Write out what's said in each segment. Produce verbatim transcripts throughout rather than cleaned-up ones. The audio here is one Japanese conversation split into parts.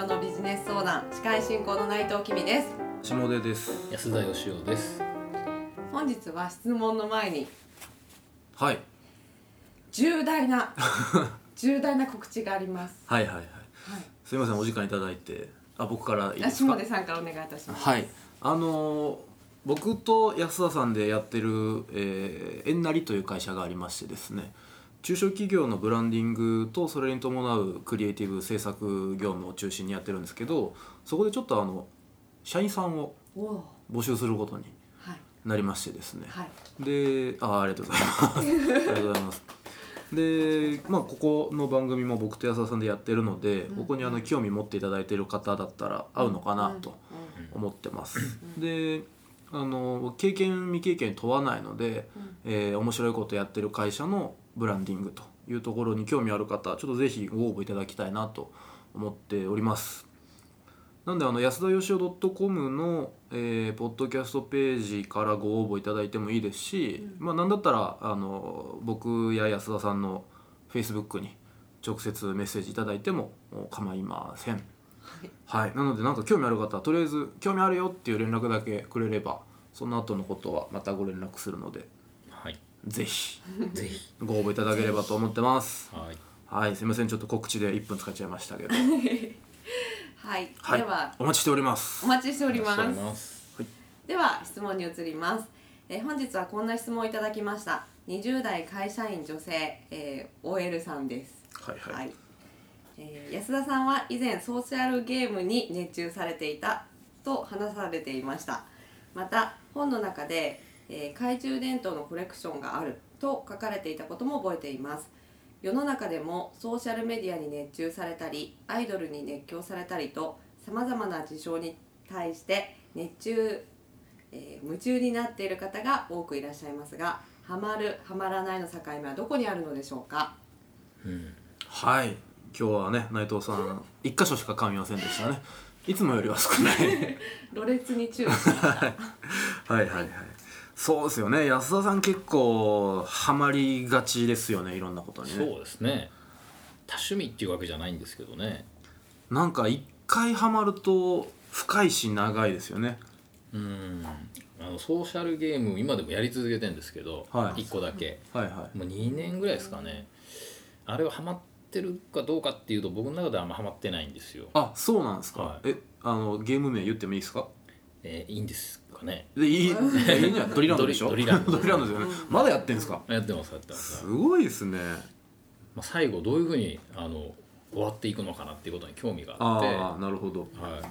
長のビジネス相談、司会進行の内藤きみです。 下出です。 安田義雄です。 本日は質問の前にはい重大な重大な告知があります。 はいはいはい、はい、すいませんお時間いただいて、あ僕からいいですか。 下出さんからお願いいたします。 はい、あのー、僕と安田さんでやってる、えー、えんなりという会社がありましてですね、中小企業のブランディングとそれに伴うクリエイティブ制作業務を中心にやってるんですけど、そこでちょっとあの社員さんを募集することになりましてですね、 はい、 で あ, ありがとうございますありがとうございますで、まあ、ここの番組も僕と安田さんでやってるので、うん、ここにあの興味持っていただいている方だったら合うのかなと思ってます、うん、であの経験未経験問わないので、うんえー、面白いことやってる会社のブランディングというところに興味ある方、ちょっとぜひご応募いただきたいなと思っております。なんであの安田よしお .com の、えー、ポッドキャストページからご応募いただいてもいいですし、うんまあ、なんだったらあの僕や安田さんの Facebook に直接メッセージいただいても構いません、はいはい、なのでなんか興味ある方はとりあえず興味あるよっていう連絡だけくれれば、その後のことはまたご連絡するので、 はい、 ぜひぜひご応募いただければと思ってます。はい、はい、すいませんちょっと告知でいっぷん使っちゃいましたけどはい、 はい、 ではお待ちしております。 お待ちしております。 ます、 はい、では質問に移ります。えー、本日はこんな質問をいただきました。にじゅう代会社員女性、えー、オーエル さんです。 はいはい、はいえー、安田さんは以前ソーシャルゲームに熱中されていたと話されていました。また本の中で、えー、懐中電灯のコレクションがあると書かれていたことも覚えています。世の中でもソーシャルメディアに熱中されたりアイドルに熱狂されたりとさまざまな事象に対して熱中、えー、夢中になっている方が多くいらっしゃいますが、ハマるハマらないの境目はどこにあるのでしょうか。 うん、はい、今日はね内藤さん一箇所しか噛みませんでしたね。いつもよりは少ないろれつに注意しましたはいはいはいはい、そうですよね。安田さん結構ハマりがちですよね、いろんなことにね。 そうですね、多趣味っていうわけじゃないんですけどね、 なんか一回ハマると深いし長いですよね。 うーんあのソーシャルゲーム今でもやり続けてるんですけど、はい、いっこだけ、はいはい、もうにねんぐらいですかね。あれはハマってるかどうかっていうと僕の中ではあんまハマってないんですよ。 あ、そうなんですか、 はい、 えあのゲーム名言ってもいいですか。 えー、いいんですかね。 でいいいいんじゃん。ドリランドでしょ。 ドリランドドリランドですよね。まだやってんですか。 やってますやってます。 すごいですね。 まあ、最後どういうふうにあの終わっていくのかなっていうことに興味があって。 ああ、なるほど、 はい、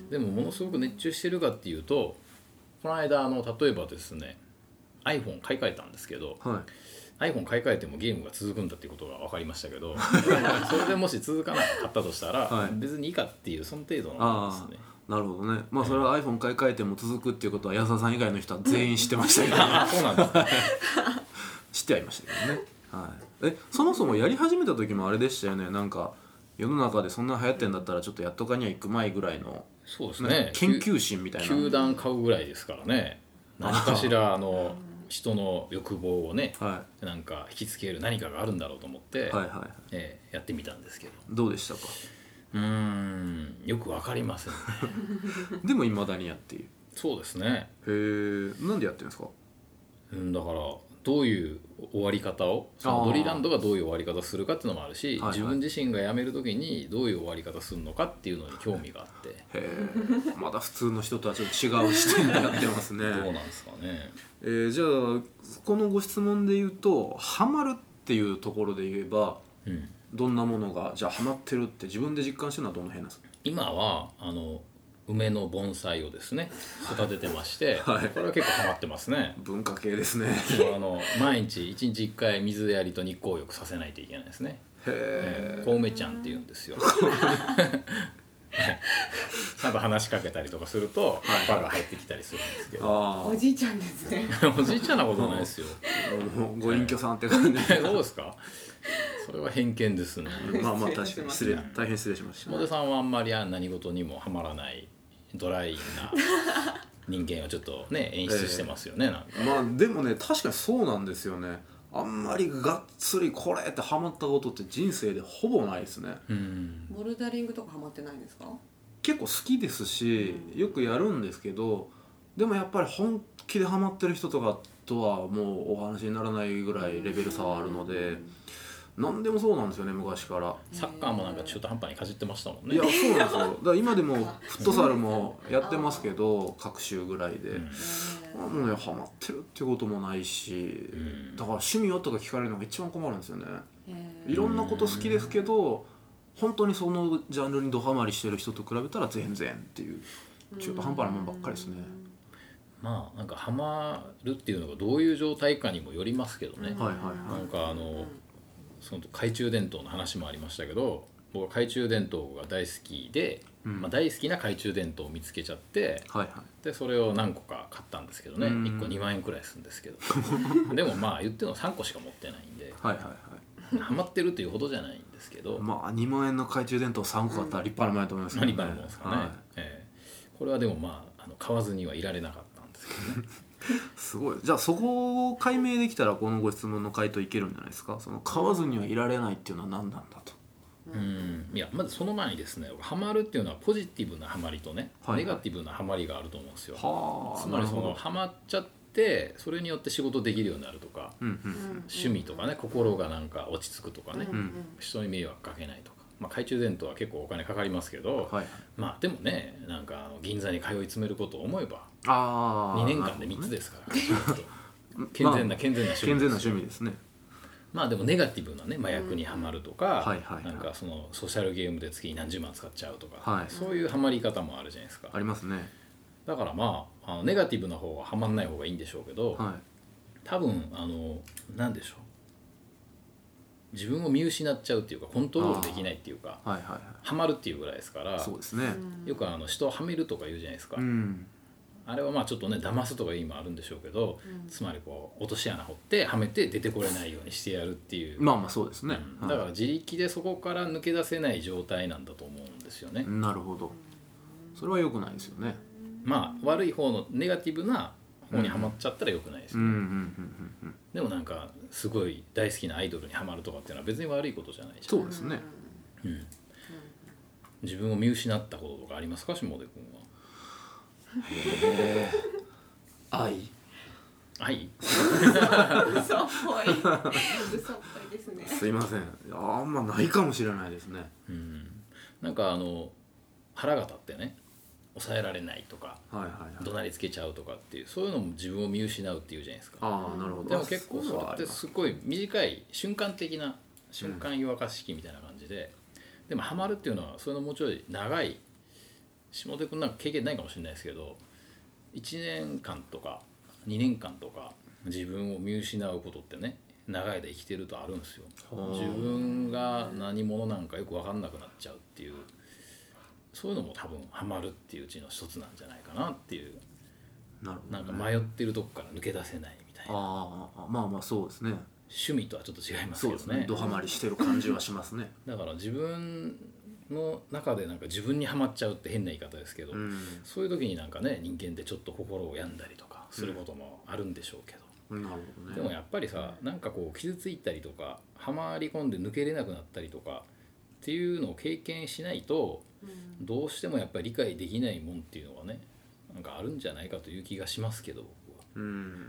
でもものすごく熱中してるかっていうと、この間あの例えばですね iPhone 買い替えたんですけど、はい、iPhone 買い替えてもゲームが続くんだっていうことが分かりましたけどそれでもし続かなかったとしたら、はい、別にいいかっていうその程度なんですね。 なるほどね。まあそれは iPhone 買い替えても続くっていうことは安田さん以外の人は全員知ってましたけど、ね、 あ、そうなんですね知ってはいましたけどね、はい、えそもそもやり始めた時もあれでしたよね。なんか世の中でそんな流行ってんだったらちょっとやっとかには行く前ぐらいの、 そうですね、 研究心みたいな。 球団買うぐらいですからね。何かしらあの人の欲望をね、はい、なんか引きつける何かがあるんだろうと思って、はいはいはい、えー、やってみたんですけど、 どうでしたか。 うーんよくわかりませんねでも未だにやっている。 そうですね。 へえ、なんでやってるんですか。 うん、だからどういう終わり方を、そのドリーランドがどういう終わり方するかっていうのもあるし、はいはい、自分自身が辞める時にどういう終わり方するのかっていうのに興味があって、へえまだ普通の人とはちょっと違う視点でやってますねどうなんですかね。 えー、じゃあこのご質問で言うと、ハマるっていうところで言えば、うん、どんなものがじゃあハマってるって自分で実感してるのはどの辺なんですか。 今はあの梅の盆栽をですね育ててまして、はい、これは結構ハマってますね。 文化系ですねあの毎日いちにちいっかい水やりと日光浴させないといけないですね。へえ、小梅ちゃんっていうんですよちゃんと話しかけたりとかするとバが入ってきたりするんですけど、 あ、おじいちゃんですねおじいちゃんなことないですよご隠居さんって感じどうですか。それは偏見ですねまあまあ確かに失礼、大変失礼しました。 下出さんはあんまり何事にもハマらないドライな人間をちょっとね演出してますよね、えー、なんか。 まあでもね確かにそうなんですよね。 あんまりがっつりこれってハマったことって人生でほぼないですね。 うんボルダリングとかハマってないんですか？ 結構好きですし、よくやるんですけど、でもやっぱり本気でハマってる人とかとはもうお話にならないぐらいレベル差はあるので、何でもそうなんですよね、昔から。 サッカーもなんか中途半端にかじってましたもんね。 いや、そうなんですよ。だから今でもフットサルもやってますけど、各週ぐらいで、うん、もうね、ハマってるってこともないし、うん、だから趣味はとか聞かれるのが一番困るんですよね。いろんなこと好きですけど、本当にそのジャンルにドハマりしてる人と比べたら全然っていう中途半端なもんばっかりですね。 まあなんかハマるっていうのがどういう状態かにもよりますけどね。 はいはいはい。 なんかあのその懐中電灯の話もありましたけど、僕は懐中電灯が大好きで、うん、まあ、大好きな懐中電灯を見つけちゃって、はいはい、でそれを何個か買ったんですけどね、うん、いっこにまんえんくらいするんですけどでもまあ言ってもさんこしか持ってないんで、はいはいはい、ハマってるというほどじゃないんですけど、 まあにまんえんの懐中電灯さんこ買ったら立派なもんやと思いますけどね、 立派なもんですかね、はい、えー、これはでもまあ、あの買わずにはいられなかったんですけどねすごい。じゃあそこを解明できたらこのご質問の回答いけるんじゃないですか。その買わずにはいられないっていうのは何なんだと。 うん、いやまずその前にですね、ハマるっていうのはポジティブなハマりとね、はいはい、ネガティブなハマりがあると思うんですよ。はあ、つまりそのハマっちゃってそれによって仕事できるようになるとか、うんうん、趣味とかね、心がなんか落ち着くとかね、うん、人に迷惑かけないとか、まあ、懐中電灯は結構お金かかりますけど、はい、まあでもね、なんかあの銀座に通い詰めることを思えばあにねんかんでみっつですから、ね、健全な、まあ、健全な趣味です、 健全な趣味ですね。 まあでもネガティブなね、麻薬にはまるとか、うん、はいはいはい、なんかそのソーシャルゲームで月に何十万使っちゃうとか、はい、そういうハマり方もあるじゃないですか。 ありますね。 だからまあ、あのネガティブな方はハマんない方がいいんでしょうけど、はい、多分あのなんでしょう、自分を見失っちゃうっていうかコントロールできないっていうか、はいはいはい、ハマるっていうぐらいですから。 そうですね。 よくあの人をはめるとか言うじゃないですか、うん、あれはまあちょっとね騙すとかいう意味もあるんでしょうけど、うん、つまりこう落とし穴掘ってはめて出てこれないようにしてやるっていう、 まあまあそうですね、 うん、だから自力でそこから抜け出せない状態なんだと思うんですよね。 なるほど。それは良くないですよね。 まあ悪い方のネガティブな方にはまっちゃったら良くないですよね。でもなんかすごい大好きなアイドルにはまるとかっていうのは別に悪いことじゃないじゃん。 そうですね、 うん、自分を見失ったこととかありますか、下出君は。 へー、愛愛嘘っぽい嘘っぽいですね。 すいません、あんまないかもしれないですね。 うん、なんかあの腹が立ってね抑えられないとか、はいはいはい、怒鳴りつけちゃうとかっていう、そういうのも自分を見失うっていうじゃないですか。 ああ、なるほど。 でも結構それってすごい短い瞬間的な瞬間湯沸かし器みたいな感じで、うん、でもハマるっていうのはそれのもうちょい長い、下出君なんか経験ないかもしれないですけど、いちねんかんとかにねんかんとか自分を見失うことってね、長い間生きてるとあるんですよ。自分が何者なんかよく分かんなくなっちゃうっていう、そういうのも多分ハマるっていううちの一つなんじゃないかなっていう。なるほどね。なんか迷ってるとこから抜け出せないみたいな。 ああ、まあまあそうですね。 趣味とはちょっと違いますけどね。そうですね。 ドハマりしてる感じはしますね。 だから自分の中でなんか自分にはまっちゃうって変な言い方ですけど、うん、そういう時になんかね、人間ってちょっと心を病んだりとかすることもあるんでしょうけど、 うん、なるほどね。 でもやっぱりさ、なんかこう傷ついたりとかはまり込んで抜けれなくなったりとかっていうのを経験しないと、うん、どうしてもやっぱり理解できないもんっていうのがね、なんかあるんじゃないかという気がしますけど、僕は、うん、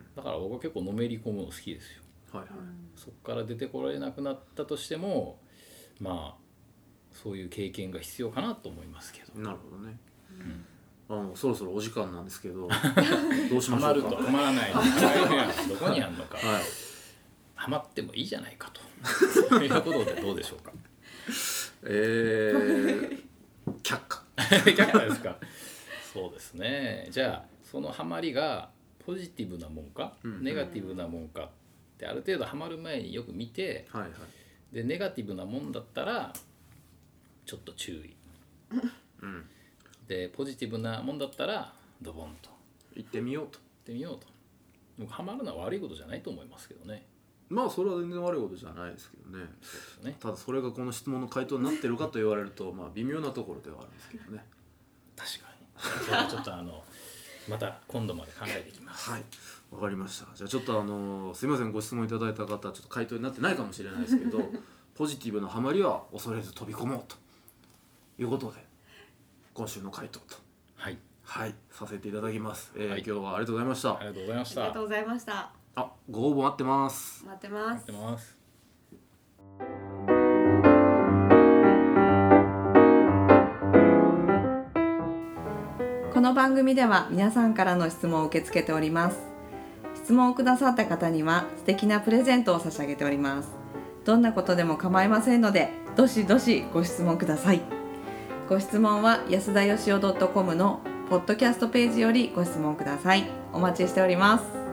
だから僕は結構のめり込むの好きですよ。はいはい、そこから出てこられなくなったとしても、まあそういう経験が必要かなと思いますけど。 なるほどね、うん、あのそろそろお時間なんですけどどうしましょうか。 ハマるとハマらないのどこにあるのか、はい、ハマってもいいじゃないかということでどうでしょうか。 えー、却下却下ですか。そうですね。じゃあそのハマりがポジティブなもんか、うん、ネガティブなもんかってある程度ハマる前によく見て、はいはい、でネガティブなもんだったらちょっと注意、うん、でポジティブなもんだったらドボンと行ってみようと行ってみようと。僕ハマるのは悪いことじゃないと思いますけどね。 まあそれは全然悪いことじゃないですけどね。 そうですね。 ただそれがこの質問の回答になってるかと言われるとまあ微妙なところではあるんですけどね。 確かに。それはちょっとあのまた今度まで考えていきます。 はい。 わかりました。じゃあちょっとあのすいません、ご質問いただいた方ちょっと回答になってないかもしれないですけどポジティブなハマりは恐れず飛び込もうということで今週の回答とはいはいさせていただきます、えーはい、 今日はありがとうございました。 ありがとうございました。 ありがとうございました。 あ、ご応募待ってます。 待ってます。 待ってます。 この番組では皆さんからの質問を受け付けております。質問をくださった方には素敵なプレゼントを差し上げております。どんなことでも構いませんので、どしどしご質問ください。ご質問は安田よしお .com のポッドキャストページよりご質問ください。お待ちしております。